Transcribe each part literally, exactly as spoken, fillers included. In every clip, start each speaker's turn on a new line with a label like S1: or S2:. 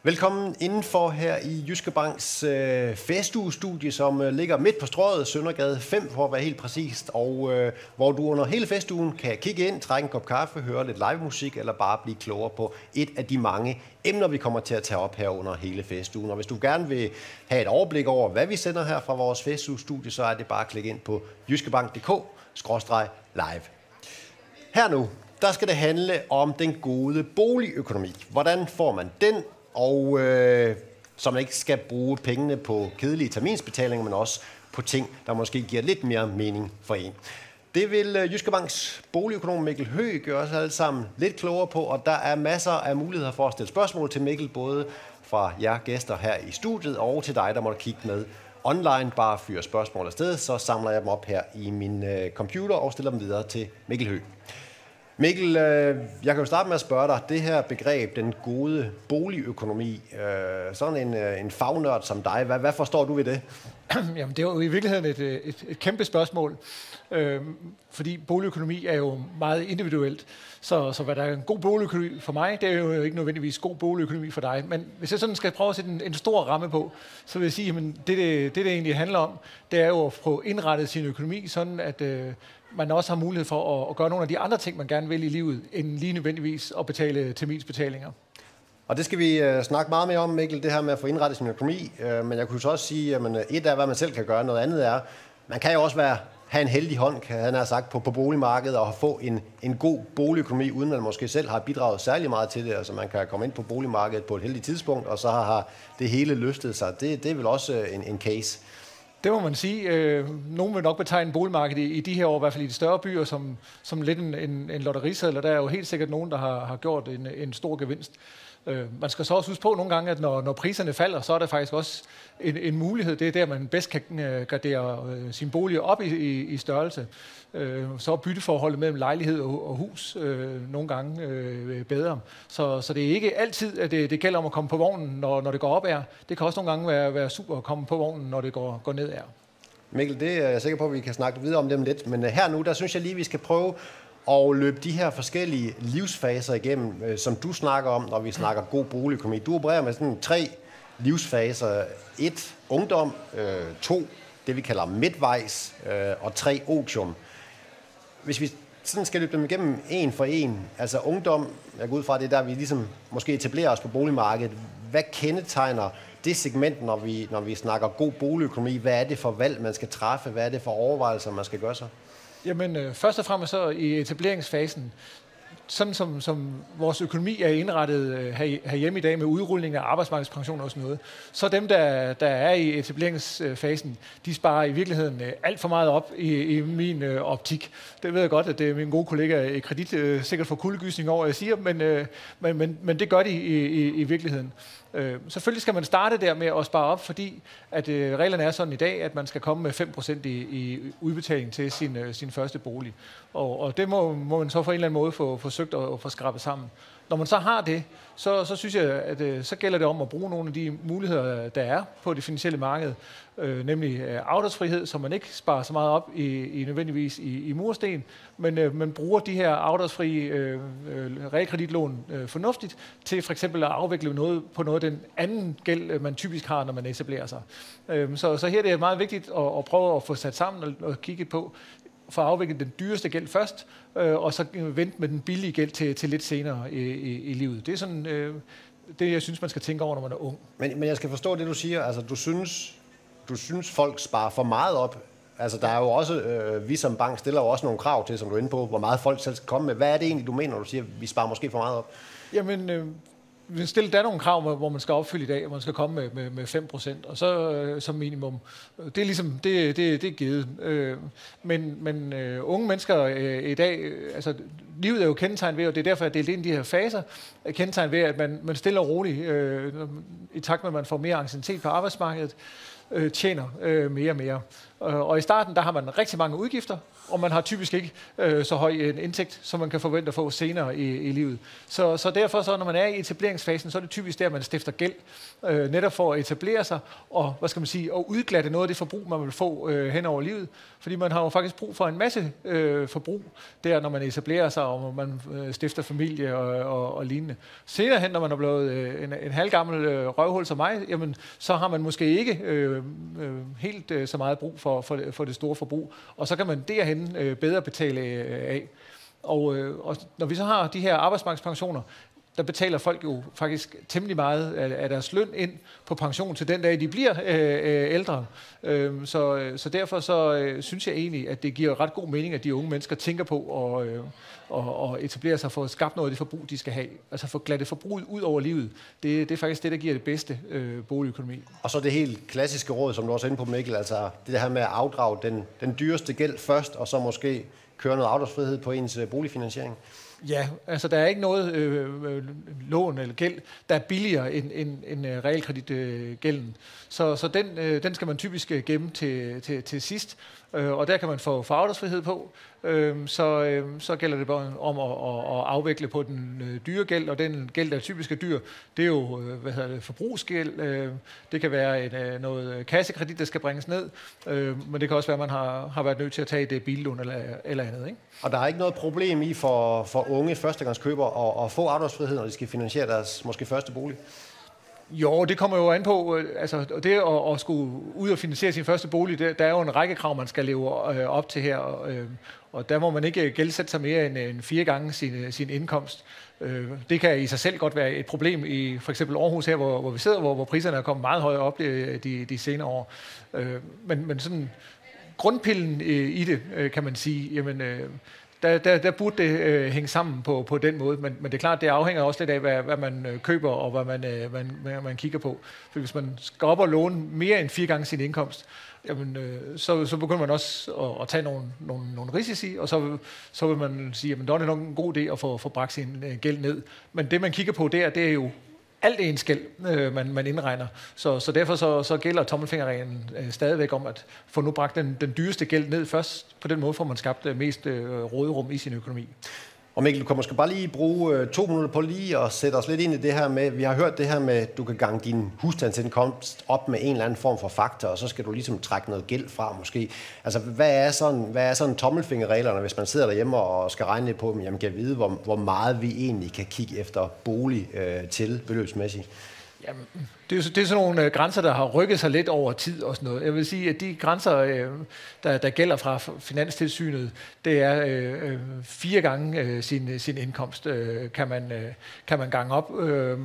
S1: Velkommen indenfor her i Jyske Banks øh, festuge-studie, som øh, ligger midt på Strøget, Søndergade fem, for at være helt præcist, og øh, hvor du under hele festugen kan kigge ind, trække en kop kaffe, høre lidt live musik, eller bare blive klogere på et af de mange emner, vi kommer til at tage op her under hele festugen. Og hvis du gerne vil have et overblik over, hvad vi sender her fra vores festuge-studie, så er det bare at klikke ind på jyskebank punktum d k skråstreg live. Her nu, der skal det handle om den gode boligøkonomi. Hvordan får man den? Og øh, så man ikke skal bruge pengene på kedelige terminsbetalinger, men også på ting, der måske giver lidt mere mening for en. Det vil øh, Jyske Banks boligøkonom Mikkel Høegh gøre os alle sammen lidt klogere på, og der er masser af muligheder for at stille spørgsmål til Mikkel, både fra jer gæster her i studiet og til dig, der måtte kigge med online. Bare fyre spørgsmål afsted, så samler jeg dem op her i min øh, computer og stiller dem videre til Mikkel Høegh. Mikkel, øh, jeg kan jo starte med at spørge dig, det her begreb, den gode boligøkonomi, øh, sådan en, øh, en fagnørd som dig, hvad, hvad forstår du ved det?
S2: Jamen, det er jo i virkeligheden et, et, et kæmpe spørgsmål, øh, fordi boligøkonomi er jo meget individuelt. Så, så hvad der er en god boligøkonomi for mig, det er jo ikke nødvendigvis god boligøkonomi for dig. Men hvis jeg sådan skal prøve at sætte en, en stor ramme på, så vil jeg sige, at det, det, det, det egentlig handler om, det er jo at få indrettet sin økonomi, sådan at øh, man også har mulighed for at, at gøre nogle af de andre ting, man gerne vil i livet, end lige nødvendigvis at betale terminsbetalinger.
S1: Og det skal vi øh, snakke meget mere om, Mikkel, det her med at få indrettet sin økonomi. Øh, men jeg kunne så også sige, at et er, hvad man selv kan gøre, noget andet er, man kan jo også være, have en heldig hånd, kan han have sagt, på, på boligmarkedet og få en, en god boligøkonomi, uden man måske selv har bidraget særlig meget til det. Altså man kan komme ind på boligmarkedet på et heldigt tidspunkt, og så har det hele løftet sig. Det, det er vel også en, en case.
S2: Det må man sige. Øh, nogen vil nok betegne boligmarkedet i, i de her år, i hvert fald i de større byer, som, som lidt en, en, en lotteriseddel, og der er jo helt sikkert nogen, der har, har gjort en, en stor gevinst. Øh, man skal så også huske på nogle gange, at når, når priserne falder, så er der faktisk også en, en mulighed. Det er der, man bedst kan øh, gradere øh, sin bolig op i, i, i størrelse. Øh, så er bytteforholdet mellem lejlighed og, og hus øh, nogle gange øh, bedre. Så, så det er ikke altid, at det, det gælder om at komme på vognen, når, når det går op er. Det kan også nogle gange være, være super at komme på vognen, når det går, går ned er.
S1: Mikkel, det er jeg sikker på, at vi kan snakke videre om dem lidt. Men her nu, der synes jeg lige, vi skal prøve og løbe de her forskellige livsfaser igennem, som du snakker om, når vi snakker god boligøkonomi. Du opererer med sådan tre livsfaser. Et, ungdom. Øh, to, det vi kalder midtvejs. Øh, og tre, otium. Hvis vi sådan skal løbe dem igennem en for en, altså ungdom, jeg går ud fra, det der, vi ligesom måske etablerer os på boligmarkedet. Hvad kendetegner det segment, når vi, når vi snakker god boligøkonomi? Hvad er det for valg, man skal træffe? Hvad er det for overvejelser, man skal gøre sig?
S2: Jamen, øh, først og fremmest så i etableringsfasen, sådan som, som vores økonomi er indrettet øh, her, herhjemme i dag med udrulling af arbejdsmarkedspension og sådan noget, så dem, der, der er i etableringsfasen, de sparer i virkeligheden øh, alt for meget op i, i min øh, optik. Det ved jeg godt, at det er min gode kollega i Kredit øh, sikkert får kuldegysning over, jeg siger, men, øh, men, men, men det gør de i, i, i virkeligheden. Øh, selvfølgelig skal man starte der med at spare op, fordi at øh, reglerne er sådan i dag, at man skal komme med fem procent i, i udbetaling til sin, øh, sin første bolig. Og, og det må, må man så på en eller anden måde få forsøgt at, at få skrabet sammen. Når man så har det, så, så synes jeg, at øh, så gælder det om at bruge nogle af de muligheder, der er på det finansielle marked, øh, nemlig øh, afdragsfrihed, så man ikke sparer så meget op i, i nødvendigvis i, i mursten, men øh, man bruger de her afdragsfrie øh, øh, realkreditlån øh, fornuftigt til for eksempel at afvikle noget på noget af den anden gæld, man typisk har, når man etablerer sig. Øh, så, så her er det meget vigtigt at, at prøve at få sat sammen og, og kigge på, for at afvikle den dyreste gæld først, øh, og så vente med den billige gæld til, til lidt senere i, i, i livet. Det er sådan øh, det, jeg synes, man skal tænke over, når man er ung. Men,
S1: men jeg skal forstå det, du siger. Altså, du synes, du synes folk sparer for meget op. Altså, der er jo også, øh, vi som bank stiller jo også nogle krav til, som du er inde på, hvor meget folk selv skal komme med. Hvad er det egentlig, du mener, når du siger, at vi sparer måske for meget op?
S2: Jamen, øh, vi stiller der nogle krav, hvor man skal opfylde i dag, og man skal komme med, med, med fem procent, og så øh, som minimum. Det er ligesom, det, det, det er givet. Øh, men men øh, unge mennesker øh, i dag, øh, altså livet er jo kendetegn ved, og det er derfor, at det er ind i de her faser, er kendetegn ved, at man, man stille og roligt, øh, i takt med, at man får mere anciennitet på arbejdsmarkedet, øh, tjener øh, mere og mere. Og i starten, der har man rigtig mange udgifter, og man har typisk ikke øh, så høj en indtægt, som man kan forvente at få senere i, i livet. Så, så derfor, så, når man er i etableringsfasen, så er det typisk der, man stifter gæld, øh, netop for at etablere sig, og hvad skal man sige, og udglatte noget af det forbrug, man vil få øh, hen over livet. Fordi man har jo faktisk brug for en masse øh, forbrug, der når man etablerer sig, og man øh, stifter familie og, og, og lignende. Senere hen, når man er blevet øh, en, en halvgammel øh, røvhul som mig, jamen, så har man måske ikke øh, øh, helt øh, så meget brug for, for, for det store forbrug, og så kan man derhen øh, bedre betale øh, af. Og, øh, og når vi så har de her arbejdsmarkedspensioner, der betaler folk jo faktisk temmelig meget af, af deres løn ind på pension til den dag, de bliver øh, øh, ældre. Øh, så, så derfor så øh, synes jeg egentlig, at det giver ret god mening, at de unge mennesker tænker på at øh, og, og etablere sig for at skabe noget af det forbrug, de skal have. Altså få glattet forbruget ud over livet. Det, det er faktisk det, der giver det bedste øh, boligøkonomi. Og
S1: så det helt klassiske råd, som du også er inde på, Mikkel, altså det her med at afdrage den, den dyreste gæld først, og så måske køre noget afdragsfrihed på ens boligfinansiering.
S2: Ja, altså der er ikke noget øh, lån eller gæld, der er billigere end, end, end realkreditgælden. Så, så den, øh, den skal man typisk gemme til, til, til sidst, øh, og der kan man få, få afdragsfrihed på. Øh, så, øh, så gælder det bare om at, at, at afvikle på den øh, dyre gæld, og den gæld, der typisk er dyr, det er jo øh, hvad hedder det, forbrugsgæld. Øh, det kan være en, øh, noget kassekredit, der skal bringes ned, øh, men det kan også være, at man har, har været nødt til at tage det billån eller, eller andet. Ikke?
S1: Og der er ikke noget problem i for, for unge førstegangskøbere at, at få afdragsfrihed, når de skal finansiere deres måske første bolig?
S2: Jo, det kommer jo an på, altså det at, at skulle ud og finansiere sin første bolig, det, der er jo en række krav, man skal leve op til her, og, og der må man ikke gældsætte sig mere end, end fire gange sin, sin indkomst. Det kan i sig selv godt være et problem i for eksempel Aarhus her, hvor, hvor vi sidder, hvor, hvor priserne er kommet meget højere op de, de senere år. Men, men sådan grundpillen i det, kan man sige, jamen Der, der, der burde det øh, hænge sammen på, på den måde, men, men det er klart, det afhænger også lidt af, hvad, hvad man øh, køber og hvad man, øh, man, hvad man kigger på. For hvis man skal op og låne mere end fire gange sin indkomst, jamen, øh, så, så begynder man også at, at tage nogle, nogle, nogle risici, og så, så vil man sige, at det er nok en god idé at få, få bragt sin øh, gæld ned. Men det, man kigger på der, det er jo alt ens gæld, øh, man, man indregner. Så, så derfor så, så gælder tommelfingerreglen øh, stadigvæk om at få nu bragt den, den dyreste gæld ned først. På den måde får man skabt øh, mest øh, råderum i sin økonomi.
S1: Og Mikkel, du kan måske bare lige bruge øh, to minutter på lige at sætte os lidt ind i det her med, vi har hørt det her med, at du kan gange din husstandsindkomst op med en eller anden form for faktor, og så skal du ligesom trække noget gæld fra måske. Altså, hvad er sådan, hvad er sådan tommelfingerreglerne, hvis man sidder derhjemme og skal regne lidt på dem? Jamen, kan jeg vide, hvor, hvor meget vi egentlig kan kigge efter bolig øh, til beløbsmæssigt?
S2: Jamen, det, er, det er sådan nogle øh, grænser, der har rykket sig lidt over tid og sådan noget. Jeg vil sige, at de grænser, øh, der, der gælder fra Finanstilsynet, det er øh, fire gange øh, sin, sin indkomst, øh, kan, man, øh, kan man gange op, øh,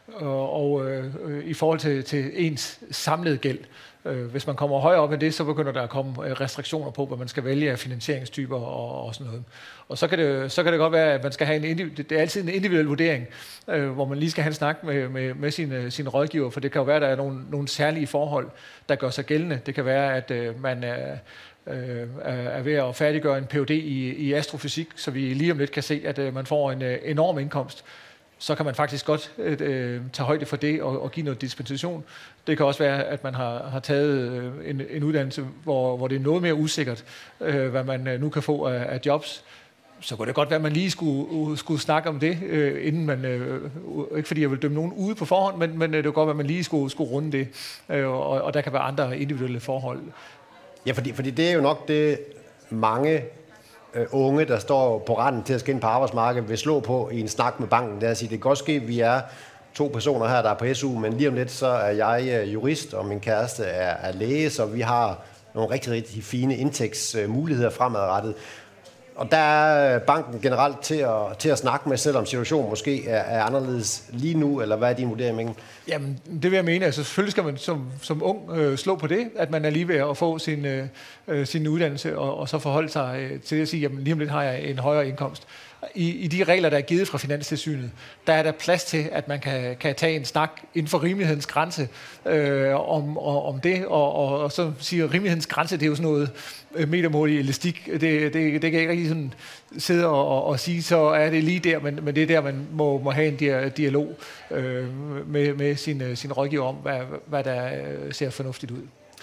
S2: og øh, i forhold til, til ens samlede gæld. Hvis man kommer højere op end det, så begynder der at komme restriktioner på, hvad man skal vælge af finansieringstyper og, og sådan noget. Og så kan, det, så kan det godt være, at man skal have en individuel, det er altid en individuel vurdering, øh, hvor man lige skal have en snak med, med, med sine, sine rådgiver, for det kan jo være, at der er nogle, nogle særlige forhold, der gør sig gældende. Det kan være, at øh, man er, øh, er ved at færdiggøre en P H D i, i astrofysik, så vi lige om lidt kan se, at øh, man får en øh, enorm indkomst. Så kan man faktisk godt øh, tage højde for det og, og give noget dispensation. Det kan også være, at man har, har taget øh, en, en uddannelse, hvor, hvor det er noget mere usikkert, øh, hvad man øh, nu kan få af, af jobs. Så kunne det godt være, at man lige skulle, uh, skulle snakke om det, øh, inden man, øh, ikke fordi jeg vil dømme nogen ude på forhånd, men, men det kunne godt være, at man lige skulle, skulle runde det, øh, og, og der kan være andre individuelle forhold.
S1: Ja, fordi, fordi det er jo nok det, mange øh, unge, der står på randen til at skal ind på arbejdsmarkedet, vil slå på i en snak med banken, der at sige, det kan godt ske, at vi er to personer her, der er på S U, men lige om lidt, så er jeg jurist, og min kæreste er, er læge, så vi har nogle rigtig, rigtig fine indtægtsmuligheder fremadrettet. Og der er banken generelt til at, til at snakke med, selvom situationen måske er, er anderledes lige nu, eller hvad er din vurdering, Mikkel?
S2: Jamen, det vil jeg mene. Altså, selvfølgelig skal man som, som ung øh, slå på det, at man er lige ved at få sin, øh, sin uddannelse, og, og så forholde sig øh, til at sige, jamen lige om lidt har jeg en højere indkomst. I, I de regler, der er givet fra Finanstilsynet, der er der plads til, at man kan, kan tage en snak inden for rimelighedens grænse øh, om, og, om det, og, og, og så siger rimelighedens grænse, det er jo sådan noget metermål i elastik. Det, det, det kan jeg ikke rigtig sådan sidde og, og, og sige, så er det lige der, men, men det er der, man må, må have en dialog øh, med, med sin, sin rådgiver om, hvad, hvad der ser fornuftigt ud.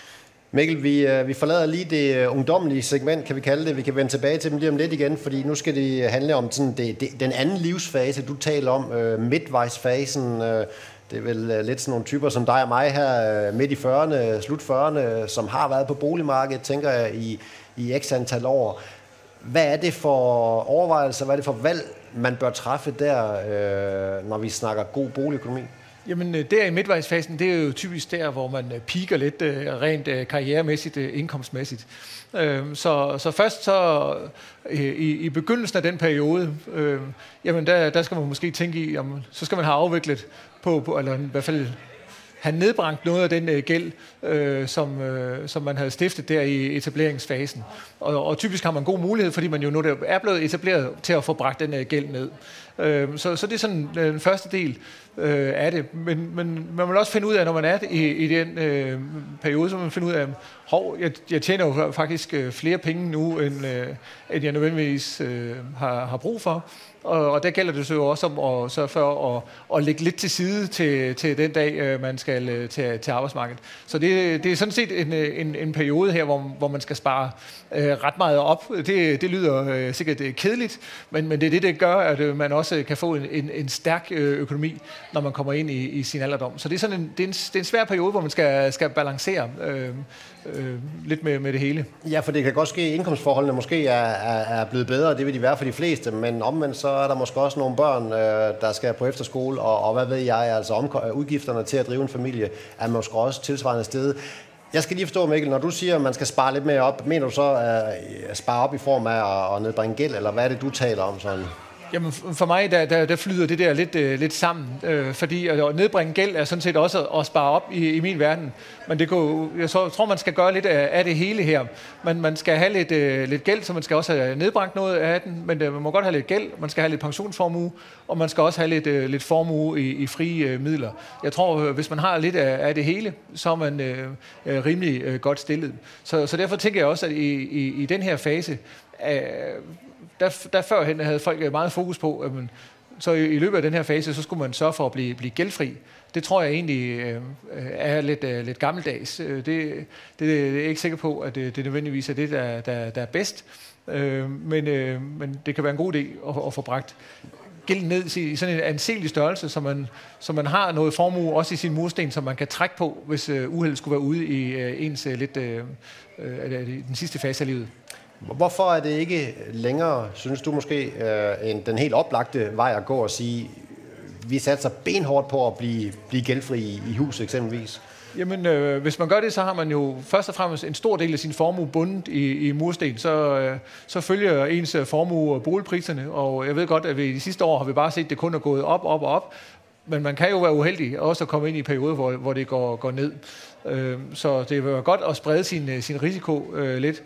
S1: Mikkel, vi, vi forlader lige det ungdommelige segment, kan vi kalde det. Vi kan vende tilbage til dem lige om lidt igen, fordi nu skal det handle om sådan det, det, den anden livsfase, du taler om, øh, midtvejsfasen. Øh, det er vel lidt sådan nogle typer som dig og mig her, øh, midt i fyrrerne, slut fyrrerne, som har været på boligmarkedet, tænker jeg, i, i x antal år. Hvad er det for overvejelser, hvad er det for valg, man bør træffe der, øh, når vi snakker god boligøkonomi?
S2: Jamen, der i midtvejsfasen, det er jo typisk der, hvor man piker lidt rent karrieremæssigt, indkomstmæssigt. Så, så først så i, i begyndelsen af den periode, øh, jamen der, der skal man måske tænke i, om, så skal man have afviklet på, på, eller i hvert fald have nedbragt noget af den øh, gæld, øh, som, øh, som man havde stiftet der i etableringsfasen. Og, og typisk har man god mulighed, fordi man jo nu er blevet etableret til at få bragt den øh, gæld ned. Øh, så, så det er sådan den første del øh, af det. Men, men man vil også finde ud af, når man er i, i den øh, periode, så man finder ud af, hov, jeg, jeg tjener jo faktisk øh, flere penge nu, end, øh, end jeg nødvendigvis øh, har, har brug for. Og, og der gælder det så jo også om at sørge for at, at lægge lidt til side til, til den dag, man skal til, til arbejdsmarkedet. Så det, det er sådan set en, en, en periode her, hvor, hvor man skal spare øh, ret meget op. Det, det lyder øh, sikkert kedeligt, men, men det er det, der gør, at man også kan få en, en, en stærk økonomi, når man kommer ind i, i sin alderdom. Så det er, sådan en, det er, en, det er en svær periode, hvor man skal, skal balancere øh, øh, lidt med, med det hele.
S1: Ja, for det kan godt ske, at indkomstforholdene måske er, er, er blevet bedre, det vil de være for de fleste, men omvendt så er der måske også nogle børn, øh, der skal på efterskole, og, og hvad ved jeg, altså omk- udgifterne til at drive en familie er måske også tilsvarende sted. Jeg skal lige forstå, Mikkel, når du siger, at man skal spare lidt mere op, mener du så at spare op i form af at nedbringe gæld, eller hvad er det, du taler om sådan?
S2: Jamen for mig, der, der, der flyder det der lidt, øh, lidt sammen, øh, fordi at nedbringe gæld er sådan set også at, at spare op i, i min verden. Men det kunne, jeg tror, man skal gøre lidt af, af det hele her. Man, man skal have lidt, øh, lidt gæld, så man skal også have nedbragt noget af den, men det, man må godt have lidt gæld, man skal have lidt pensionsformue, og man skal også have lidt, øh, lidt formue i, i frie øh, midler. Jeg tror, øh, hvis man har lidt af, af det hele, så er man øh, øh, rimelig øh, godt stillet. Så, så derfor tænker jeg også, at i, i, i den her fase, øh, Der, der førhen havde folk meget fokus på, at man, så i, i løbet af den her fase, så skulle man sørge for at blive, blive gældfri. Det tror jeg egentlig øh, er lidt, øh, lidt gammeldags. Det, det, det er jeg ikke sikker på, at det, det nødvendigvis er det, der, der, der er bedst. Øh, men, øh, men det kan være en god idé at, at få bragt gælden ned i sådan en anselig størrelse, så man, så man har noget formue også i sin mursten, som man kan trække på, hvis øh, uheldet skulle være ude i øh, ens øh, lidt øh, øh, den sidste fase af livet.
S1: Hvorfor er det ikke længere, synes du måske, øh, end den helt oplagte vej at gå og sige, vi satser benhårdt på at blive, blive gældfri i, i huset eksempelvis?
S2: Jamen, øh, hvis man gør det, så har man jo først og fremmest en stor del af sin formue bundet i, i mursten. Så, øh, så følger ens formue og boligpriserne, og jeg ved godt, at vi i de sidste år har vi bare set, at det kun er gået op, op og op. Men man kan jo være uheldig også at komme ind i perioder, hvor, hvor det går, går ned. Øh, så det vil være godt at sprede sin, sin risiko øh, lidt.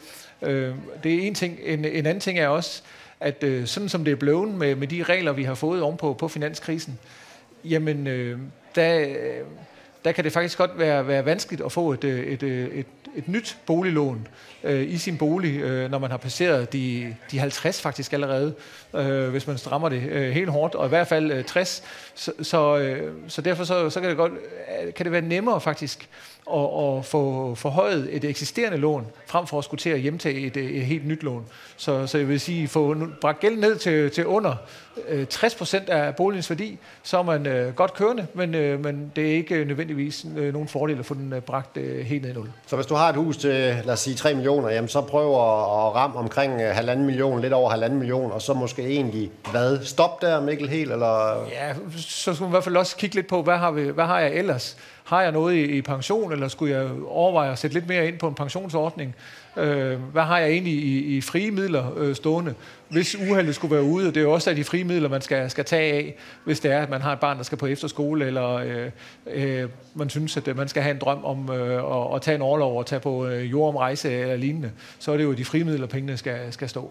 S2: Det er en ting. En, en anden ting er også, at øh, sådan som det er blevet med, med de regler, vi har fået ovenpå på finanskrisen, jamen, øh, der, der kan det faktisk godt være, være vanskeligt at få et, et, et, et, et nyt boliglån øh, i sin bolig, øh, når man har passeret de, de halvtreds faktisk allerede, øh, hvis man strammer det øh, helt hårdt, og i hvert fald øh, tres. Så, så, øh, så derfor så, så kan, det godt, kan det være nemmere faktisk og, og få forhøjet et eksisterende lån, frem for at skulle til at hjemtage et, et helt nyt lån. Så, så jeg vil sige, få bragt gælden ned til, til under øh, tres procent af boligens værdi, så er man øh, godt kørende, men, øh, men det er ikke nødvendigvis øh, nogen fordel at få den øh, bragt øh, helt ned i nul.
S1: Så hvis du har et hus til, lad os sige, tre millioner, jamen så prøv at, at ramme omkring øh, halvanden million, lidt over halvanden million, og så måske egentlig, hvad, stop der, Mikkel, helt, eller?
S2: Ja, så skulle man i hvert fald også kigge lidt på, hvad har, vi, hvad har jeg ellers? Har jeg noget i, i pension, eller skulle jeg overveje at sætte lidt mere ind på en pensionsordning? Øh, hvad har jeg egentlig i, i frie midler øh, stående? Hvis uheldet skulle være ude, og det er jo også af de frie midler, man skal, skal tage af, hvis det er, at man har et barn, der skal på efterskole, eller øh, øh, man synes, at man skal have en drøm om øh, at, at tage en orlov og tage på øh, jordomrejse eller lignende, så er det jo de frie midler, pengene skal, skal stå.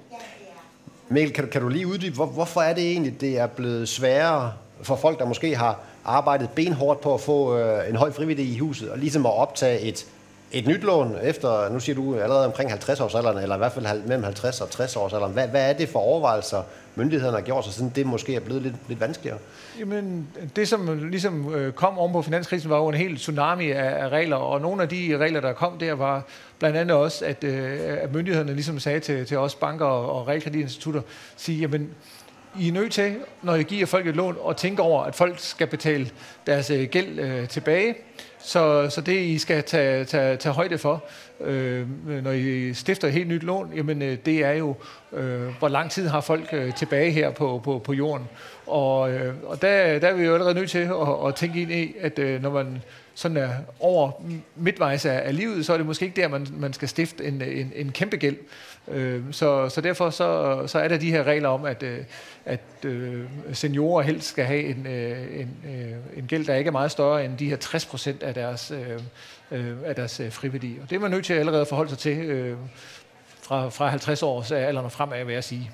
S1: Mikkel, kan, kan du lige uddybe, hvor, hvorfor er det egentlig, det er blevet sværere for folk, der måske har arbejdet benhårdt på at få øh, en høj frivillig i huset, og ligesom at optage et, Et nyt lån efter, nu siger du allerede omkring halvtreds års alderen, eller i hvert fald mellem halvtreds og tres års alderen. Hvad, hvad er det for overvejelser, myndighederne har gjort sig, siden det måske er blevet lidt, lidt vanskeligere?
S2: Jamen, det som ligesom kom oven på finanskrisen, var jo en helt tsunami af, af regler, og nogle af de regler, der kom der, var blandt andet også, at, at myndighederne ligesom sagde til, til os banker og realkreditinstitutter, sige, jamen, I er nødt til, når I giver folk et lån, og tænke over, at folk skal betale deres gæld øh, tilbage. Så, så det, I skal tage, tage, tage højde for, øh, når I stifter et helt nyt lån, jamen, øh, det er jo, øh, hvor lang tid har folk øh, tilbage her på, på, på jorden. Og, øh, og der, der er vi jo allerede nødt til at, at tænke ind i, at øh, når man sådan er over midtvejs af, af livet, så er det måske ikke der, man, man skal stifte en, en, en kæmpe gæld. Øh, så, så derfor så, så er der de her regler om, at, øh, at øh, seniorer helst skal have en, øh, en, øh, en gæld, der ikke er meget større end de her tres procent af deres, øh, øh, af deres øh, friværdi. Og det er man nødt til at allerede forholde sig til øh, fra, fra halvtreds års alderen og fremad, vil jeg sige.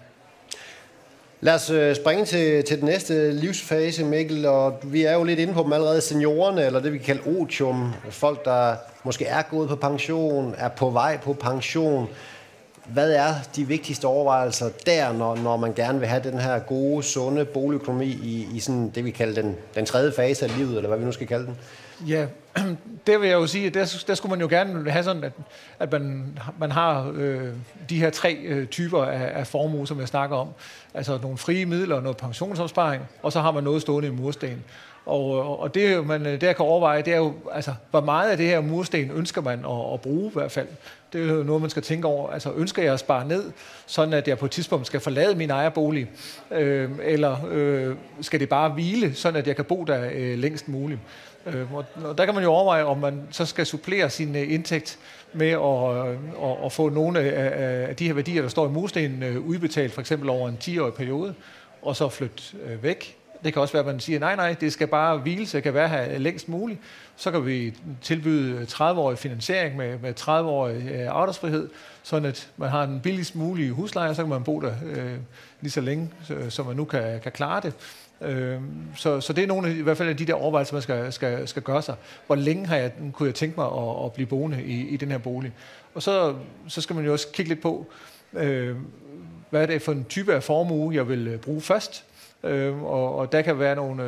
S1: Lad os øh, springe til, til den næste livsfase, Mikkel, og vi er jo lidt inde på dem allerede, seniorerne, eller det vi kan kalde otium, folk, der måske er gået på pension, er på vej på pension. Hvad er de vigtigste overvejelser der, når, når man gerne vil have den her gode, sunde boligøkonomi i, i sådan det, vi kalder den, den tredje fase af livet, eller hvad vi nu skal kalde den?
S2: Ja, det vil jeg jo sige, at der, der skulle man jo gerne have sådan, at, at man, man har øh, de her tre øh, typer af, af formue, som jeg snakker om. Altså nogle frie midler, noget pensionsopsparing, og så har man noget stående i mursten. Og, og det, man der kan overveje, det er jo, altså, hvor meget af det her mursten ønsker man at, at bruge i hvert fald. Det er jo noget, man skal tænke over. Altså, ønsker jeg at spare ned, sådan at jeg på et tidspunkt skal forlade min ejerbolig? Øh, eller øh, skal det bare hvile, sådan at jeg kan bo der øh, længst muligt? Øh, og, og der kan man jo overveje, om man så skal supplere sin øh, indtægt med at, at, at få nogle af, af de her værdier, der står i murstenen, øh, udbetalt for eksempel over en ti-årig periode, og så flytte øh, væk. Det kan også være, at man siger, nej, nej, det skal bare hvile, så det kan være her længst muligt. Så kan vi tilbyde tredive-årig finansiering med, med tredive-årig afdragsfrihed, sådan at man har den billigst mulige husleje, og så kan man bo der øh, lige så længe, så man nu kan, kan klare det. Øh, så, så det er nogle af, i hvert fald af de der overvejelser, man skal, skal, skal gøre sig. Hvor længe har jeg, kunne jeg tænke mig at, at blive boende i, i den her bolig? Og så, så skal man jo også kigge lidt på, øh, hvad er det for en type af formue, jeg vil bruge først. Øh, og, og der kan være nogle,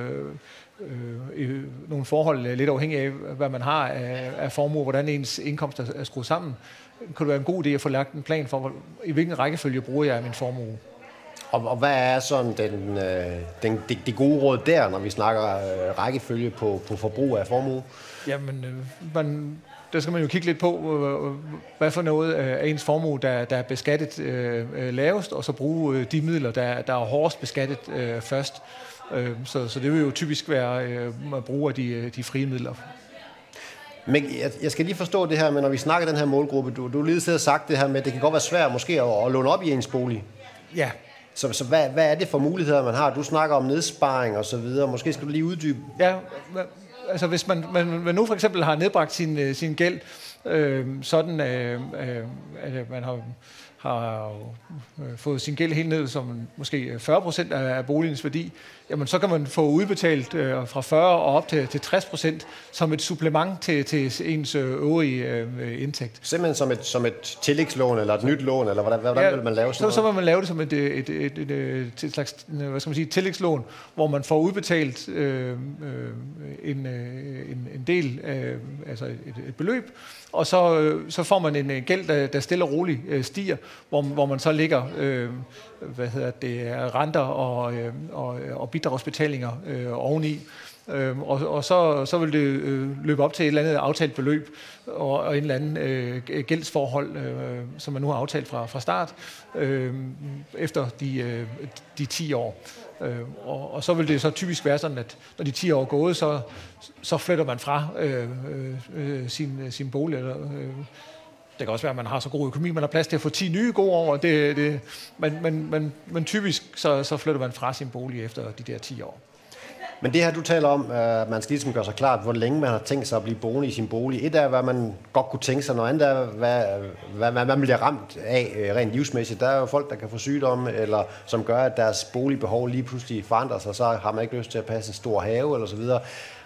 S2: øh, øh, nogle forhold lidt afhængige af, hvad man har af, af formue, hvordan ens indkomst er, er skruet sammen. Det kunne være en god idé at få lagt en plan for, hvor, i hvilken rækkefølge bruger jeg min formue.
S1: Og, og hvad er sådan den, øh, den, det, det gode råd der, når vi snakker øh, rækkefølge på, på forbrug af formue?
S2: Jamen, øh, man, der skal man jo kigge lidt på, øh, hvad for noget af ens formue, der, der er beskattet øh, lavest, og så bruge øh, de midler, der, der er hårdest beskattet øh, først. Øh, så, så det vil jo typisk være, øh, man bruger de, de frie midler.
S1: Men jeg, jeg skal lige forstå det her, men når vi snakker den her målgruppe, du, du lige har sagt det her med, at det kan godt være svært måske at, at låne op i ens bolig.
S2: Ja.
S1: Så, så hvad, hvad er det for muligheder, man har? Du snakker om nedsparing og så videre. Måske skal du lige uddybe.
S2: Ja, altså hvis man, man, man nu for eksempel har nedbragt sin, sin gæld, øh, sådan øh, øh, at man har, har fået sin gæld helt ned som måske fyrre procent af boligens værdi, jamen så kan man få udbetalt øh, fra fyrre og op til, til tres procent som et supplement til, til ens øvrige øh, indtægt.
S1: Simpelthen som et, som et tillægslån eller et nyt lån, eller hvordan, hvordan ja, vil man lave sådan
S2: så, så vil man lave det som et, et, et, et, et, et slags hvad skal man sige, tillægslån, hvor man får udbetalt øh, en, en, en del, øh, altså et, et beløb, og så, øh, så får man en gæld, der, der stille og roligt øh, stiger, hvor, hvor man så ligger øh, hvad hedder det, renter og, øh, og, og bidragsbetalinger øh, oveni. Øh, og og så, så vil det øh, løbe op til et eller andet aftalt beløb og, og en eller anden øh, gældsforhold, øh, som man nu har aftalt fra, fra start, øh, efter de, øh, de ti år. Øh, og, og så vil det så typisk være sådan, at når de ti år er gået, så, så flytter man fra øh, øh, sin, sin bolig. Eller, øh, det kan også være, at man har så god økonomi, man har plads til at få ti nye gode år. Det, det, men, men, men, men typisk så, så flytter man fra sin bolig efter de der ti år.
S1: Men det her, du taler om, at man skal ligesom gøre sig klart, hvor længe man har tænkt sig at blive boende i sin bolig. Et er, hvad man godt kunne tænke sig, noget andet er, hvad, hvad, hvad man bliver ramt af rent livsmæssigt. Der er jo folk, der kan få sygdomme, eller som gør, at deres boligbehov lige pludselig forandrer sig, så har man ikke lyst til at passe en stor have, eller så videre.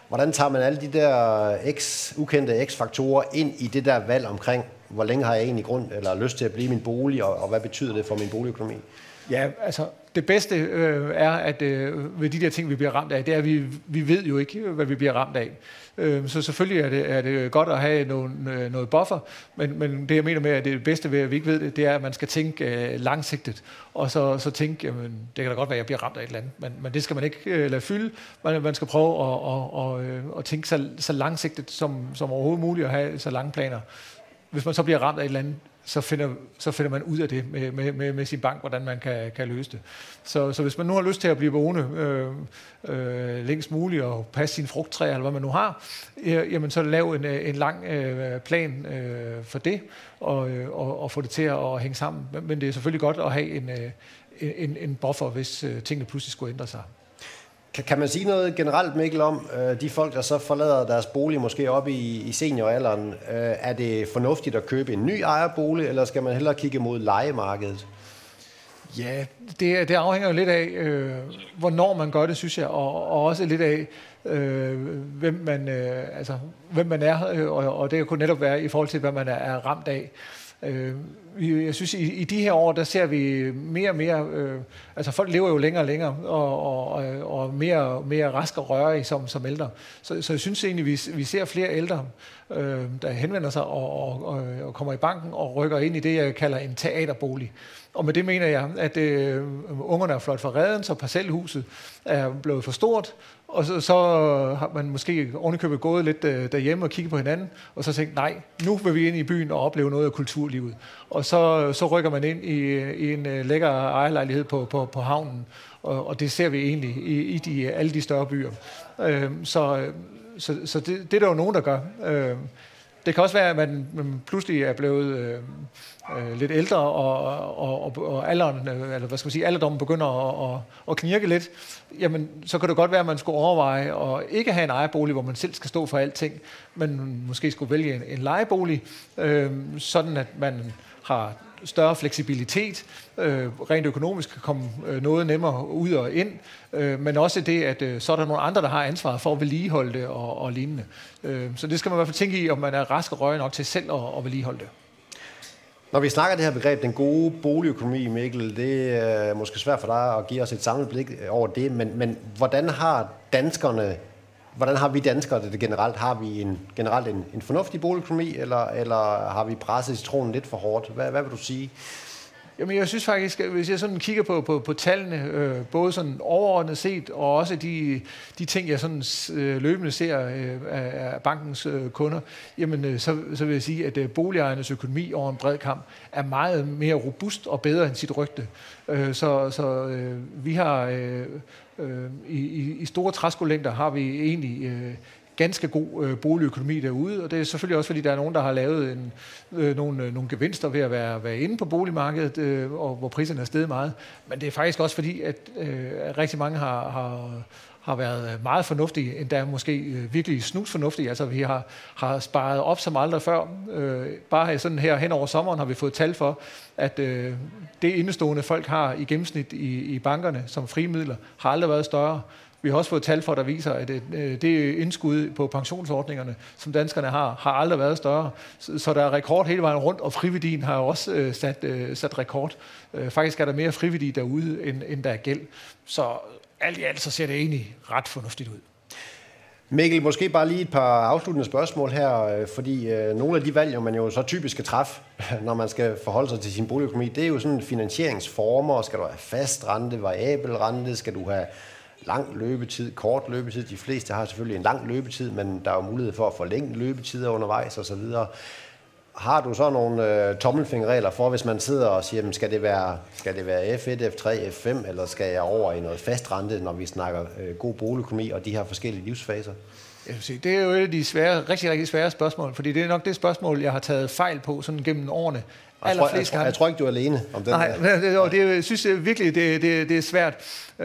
S1: hvordan tager man alle de der X, ukendte X-faktorer ind i det der valg omkring, hvor længe har jeg egentlig grund eller lyst til at blive min bolig, og, og hvad betyder det for min boligøkonomi?
S2: Ja, altså det bedste øh, er, at øh, ved de der ting, vi bliver ramt af, det er, at vi, vi ved jo ikke, hvad vi bliver ramt af. Øh, så selvfølgelig er det, er det godt at have nogle, øh, noget buffer, men, men det jeg mener med, at det bedste ved, at vi ikke ved det, det er, at man skal tænke øh, langsigtet, og så, så tænke, jamen, det kan da godt være, at jeg bliver ramt af et eller andet, men, men det skal man ikke øh, lade fylde. Man, man skal prøve at, at, at, at, at tænke så, så langsigtet som, som overhovedet muligt, at have så lange planer. Hvis man så bliver ramt af et eller andet, så finder, så finder man ud af det med, med, med, med sin bank, hvordan man kan, kan løse det. Så, så hvis man nu har lyst til at blive boende øh, øh, længst muligt og passe sine frugttræer, eller hvad man nu har, øh, jamen så lav en, en lang øh, plan øh, for det, og, og, og få det til at hænge sammen. Men det er selvfølgelig godt at have en, en, en buffer, hvis øh, tingene pludselig skulle ændre sig.
S1: Kan, kan man sige noget generelt, Mikkel, om øh, de folk, der så forlader deres bolig måske op i, i senioralderen? Øh, er det fornuftigt at købe en ny ejerbolig, eller skal man hellere kigge mod lejemarkedet?
S2: Ja, det, det afhænger jo lidt af, øh, hvornår man gør det, synes jeg, og, og også lidt af, øh, hvem, man, øh, altså, hvem man er, øh, og, og det kunne netop være i forhold til, hvad man er, er ramt af. Jeg synes, i, i de her år, der ser vi mere og mere, øh, altså folk lever jo længere og længere, og, og, og mere, mere rask og rørige som, som ældre. Så, så jeg synes egentlig, vi, vi ser flere ældre, øh, der henvender sig og, og, og kommer i banken og rykker ind i det, jeg kalder en teaterbolig. Og med det mener jeg, at øh, ungerne er flot fra reden, så parcelhuset er blevet for stort, og så, så har man måske ovenikøbet gået lidt øh, derhjemme og kigget på hinanden, og så tænkt, nej, nu vil vi ind i byen og opleve noget af kulturlivet. Og så, så rykker man ind i, i en øh, lækker ejerlejlighed på, på, på havnen, og, og det ser vi egentlig i, i de, alle de større byer. Øh, så så, så det, det er der jo nogen, der gør. Øh, Det kan også være, at man, man pludselig er blevet øh, øh, lidt ældre, og, og, og, og alderen, eller hvad skal man sige, alderdommen begynder at, at, at knirke lidt. Jamen, så kan det godt være, at man skulle overveje at ikke have en ejerbolig, hvor man selv skal stå for alting, men måske skulle vælge en, en lejebolig, øh, sådan at man har større fleksibilitet, øh, rent økonomisk kan komme øh, noget nemmere ud og ind, øh, men også det, at øh, så er der nogle andre, der har ansvaret for at vedligeholde det og, og lignende. Øh, så det skal man i hvert fald tænke i, om man er rask og rørig nok til selv at, at vedligeholde det.
S1: Når vi snakker det her begreb, den gode boligøkonomi, Mikkel, det er måske svært for dig at give os et samlet blik over det, men, men hvordan har danskerne, hvordan har vi danskere det generelt? Har vi en, generelt en, en fornuftig boligøkonomi, eller, eller har vi presset citronen lidt for hårdt? Hvad, hvad vil du sige?
S2: Jamen, jeg synes faktisk, at hvis jeg sådan kigger på, på, på tallene, øh, både sådan overordnet set, og også de, de ting, jeg sådan øh, løbende ser øh, af, af bankens øh, kunder, jamen, øh, så, så vil jeg sige, at øh, boligejernes økonomi over en bred kamp er meget mere robust og bedre end sit rygte. Øh, så så øh, vi har øh, øh, i, i store træskolængder har vi egentlig øh, ganske god øh, boligøkonomi derude, og det er selvfølgelig også, fordi der er nogen, der har lavet en, øh, nogle, øh, nogle gevinster ved at være, være inde på boligmarkedet, øh, og hvor priserne er steget meget. Men det er faktisk også fordi, at, øh, at rigtig mange har, har, har været meget fornuftige, endda måske øh, virkelig snusfornuftige. Altså vi har, har sparet op som aldrig før. Øh, bare sådan her hen over sommeren har vi fået tal for, at øh, det indestående folk har i gennemsnit i, i bankerne som frie midler, har aldrig været større. Vi har også fået tal for, der viser, at det indskud på pensionsordningerne, som danskerne har, har aldrig været større. Så der er rekord hele vejen rundt, og friværdien har også sat, sat rekord. Faktisk er der mere friværdie derude, end, end der er gæld. Så alt i alt så ser det egentlig ret fornuftigt ud.
S1: Mikkel, måske bare lige et par afsluttende spørgsmål her, fordi øh, nogle af de valg, man jo så typisk skal træffe, når man skal forholde sig til sin boligøkonomi, det er jo sådan finansieringsformer. Skal du have fast rente, variabel rente, skal du have lang løbetid, kort løbetid. De fleste har selvfølgelig en lang løbetid, men der er jo mulighed for at forlænge løbetider undervejs osv. Har du så nogle øh, tommelfingerregler for, hvis man sidder og siger, skal det være, skal det være F et, F tre, F fem, eller skal jeg over i noget fast rente, når vi snakker øh, god boligøkonomi og de her forskellige livsfaser?
S2: Jeg vil sige, det er jo et af de svære, rigtig, rigtig svære spørgsmål, fordi det er nok det spørgsmål, jeg har taget fejl på sådan gennem årene.
S1: Jeg tror, jeg, tror, jeg tror ikke, du er alene om den.
S2: Nej, det, det, jeg synes virkelig, det, det, det er svært.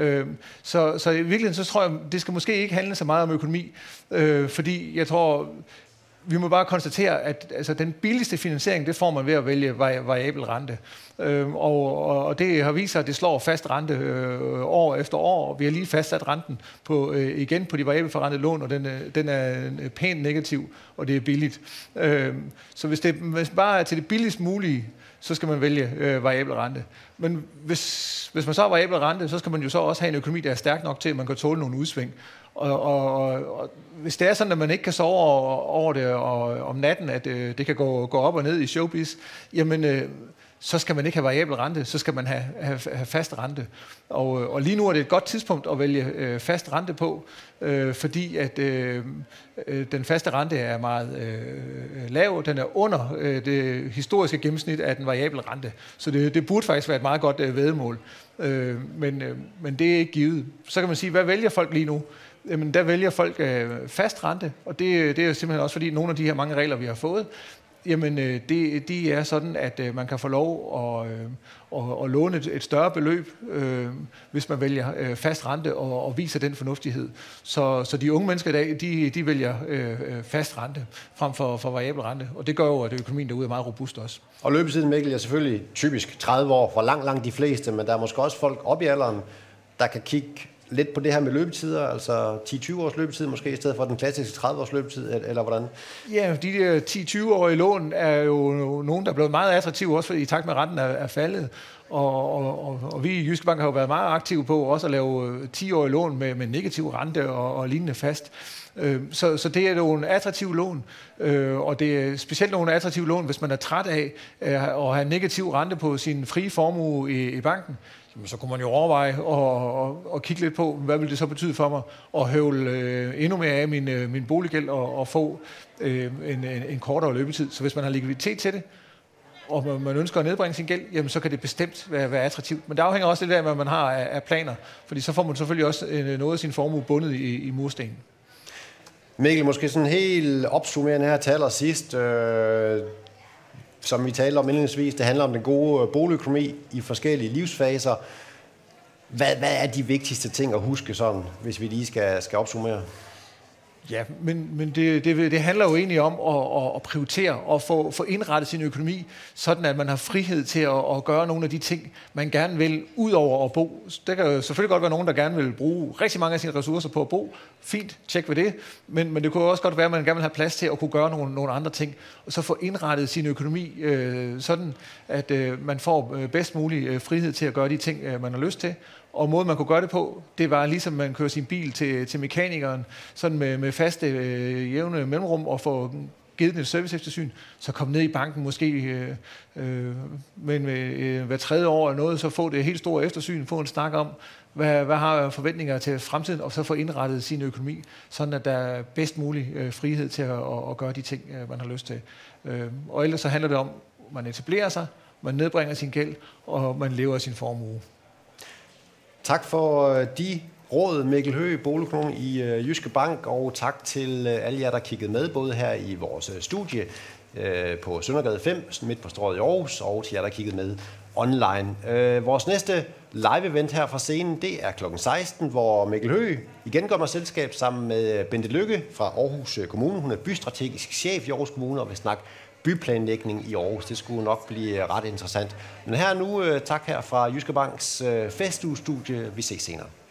S2: Så, så i virkeligheden, så tror jeg, det skal måske ikke handle så meget om økonomi, fordi jeg tror, vi må bare konstatere, at altså, den billigste finansiering, det får man ved at vælge vari- variabel rente. Øh, og, og det har vist sig, at det slår fast rente øh, år efter år. Vi har lige fastsat renten på, øh, igen på de variabelforrentede lån, og den, øh, den er pænt negativ, og det er billigt. Øh, så hvis det hvis bare er til det billigst mulige, så skal man vælge øh, variabel rente. Men hvis, hvis man så har variabel rente, så skal man jo så også have en økonomi, der er stærk nok til, at man kan tåle nogle udsving. Og, og, og hvis det er sådan, at man ikke kan sove over, over det og, om natten, at øh, det kan gå, gå op og ned i showbiz, jamen øh, så skal man ikke have variabel rente, så skal man have, have, have fast rente. Og, og lige nu er det et godt tidspunkt at vælge øh, fast rente på, øh, fordi at øh, øh, den faste rente er meget øh, lav. Den er under øh, det historiske gennemsnit af den variable rente. Så det, det burde faktisk være et meget godt øh, væddemål. Øh, men, øh, men det er ikke givet. Så kan man sige, hvad vælger folk lige nu? Jamen, der vælger folk øh, fast rente, og det, det er simpelthen også fordi nogle af de her mange regler, vi har fået, jamen, øh, det, de er sådan, at øh, man kan få lov at, øh, at, at låne et, et større beløb, øh, hvis man vælger øh, fast rente og, og viser den fornuftighed. Så, så de unge mennesker i dag, de, de vælger øh, fast rente frem for, for variabel rente, og det gør jo, at økonomien derude er meget robust også. Og
S1: løbetiden, Mikkel, er selvfølgelig typisk tredive år for langt, langt de fleste, men der er måske også folk op i alderen, der kan kigge lidt på det her med løbetider, altså ti til tyve års løbetid måske, i stedet for den klassiske tredive års løbetid, eller hvordan?
S2: Ja, de der ti til tyve-årige lån er jo nogen, der er blevet meget attraktive, også i takt med renten er, er faldet. Og, og, og, og vi i Jyske Bank har jo været meget aktive på også at lave ti-årige lån med, med negativ rente og, og lignende fast. Så, så det er jo en attraktiv lån, og det er specielt nogle attraktive lån, hvis man er træt af at have negativ rente på sin frie formue i, i banken. Så kunne man jo overveje og, og, og kigge lidt på, hvad vil det så betyde for mig at høvle øh, endnu mere af min, øh, min boliggæld og, og få øh, en, en, en kortere løbetid. Så hvis man har likviditet til det, og man, man ønsker at nedbringe sin gæld, jamen så kan det bestemt være, være attraktivt. Men det afhænger også lidt af, hvad man har af, af planer, fordi så får man selvfølgelig også øh, noget af sin formue bundet i, i murstenen.
S1: Mikkel, måske sådan helt opsummerende her til allersidst, øh, som vi talte om indledningsvis, det handler om den gode boligøkonomi i forskellige livsfaser. Hvad, hvad er de vigtigste ting at huske sådan, hvis vi lige skal, skal opsummere?
S2: Ja, men, men det, det, det handler jo egentlig om at, at, at prioritere og få, få indrettet sin økonomi, sådan at man har frihed til at, at gøre nogle af de ting, man gerne vil, ud over at bo. Der kan jo selvfølgelig godt være nogen, der gerne vil bruge rigtig mange af sine ressourcer på at bo. Fint, tjek ved det. Men, men det kunne også godt være, at man gerne vil have plads til at kunne gøre nogle, nogle andre ting, og så få indrettet sin økonomi øh, sådan, at øh, man får bedst mulig øh, frihed til at gøre de ting, øh, man har lyst til. Og måden, man kunne gøre det på, det var ligesom, man kører sin bil til, til mekanikeren, sådan med, med faste, øh, jævne mellemrum, og få givet den et serviceeftersyn, så kom ned i banken måske øh, øh, men øh, hver tredje år eller noget, så få det helt store eftersyn, få en snak om, hvad, hvad har forventninger til fremtiden, og så få indrettet sin økonomi, sådan at der er bedst mulig øh, frihed til at, at, at gøre de ting, øh, man har lyst til. Øh, og ellers så handler det om, at man etablerer sig, man nedbringer sin gæld, og man lever af sin formue.
S1: Tak for de råd, Mikkel Høgh, boligøkonom i øh, Jyske Bank, og tak til øh, alle jer, der kiggede med, både her i vores øh, studie øh, på Søndergade fem, midt på Strøget i Aarhus, og til jer, der kiggede med online. Øh, vores næste live-event her fra scenen, det er klokken seksten, hvor Mikkel Høgh igen gør mig selskab sammen med Bente Lykke fra Aarhus Kommune. Hun er bystrategisk chef i Aarhus Kommune og vil snakke byplanlægning i Aarhus. Det skulle nok blive ret interessant. Men her nu, tak her fra Jyske Banks festuge-studie. Vi ses senere.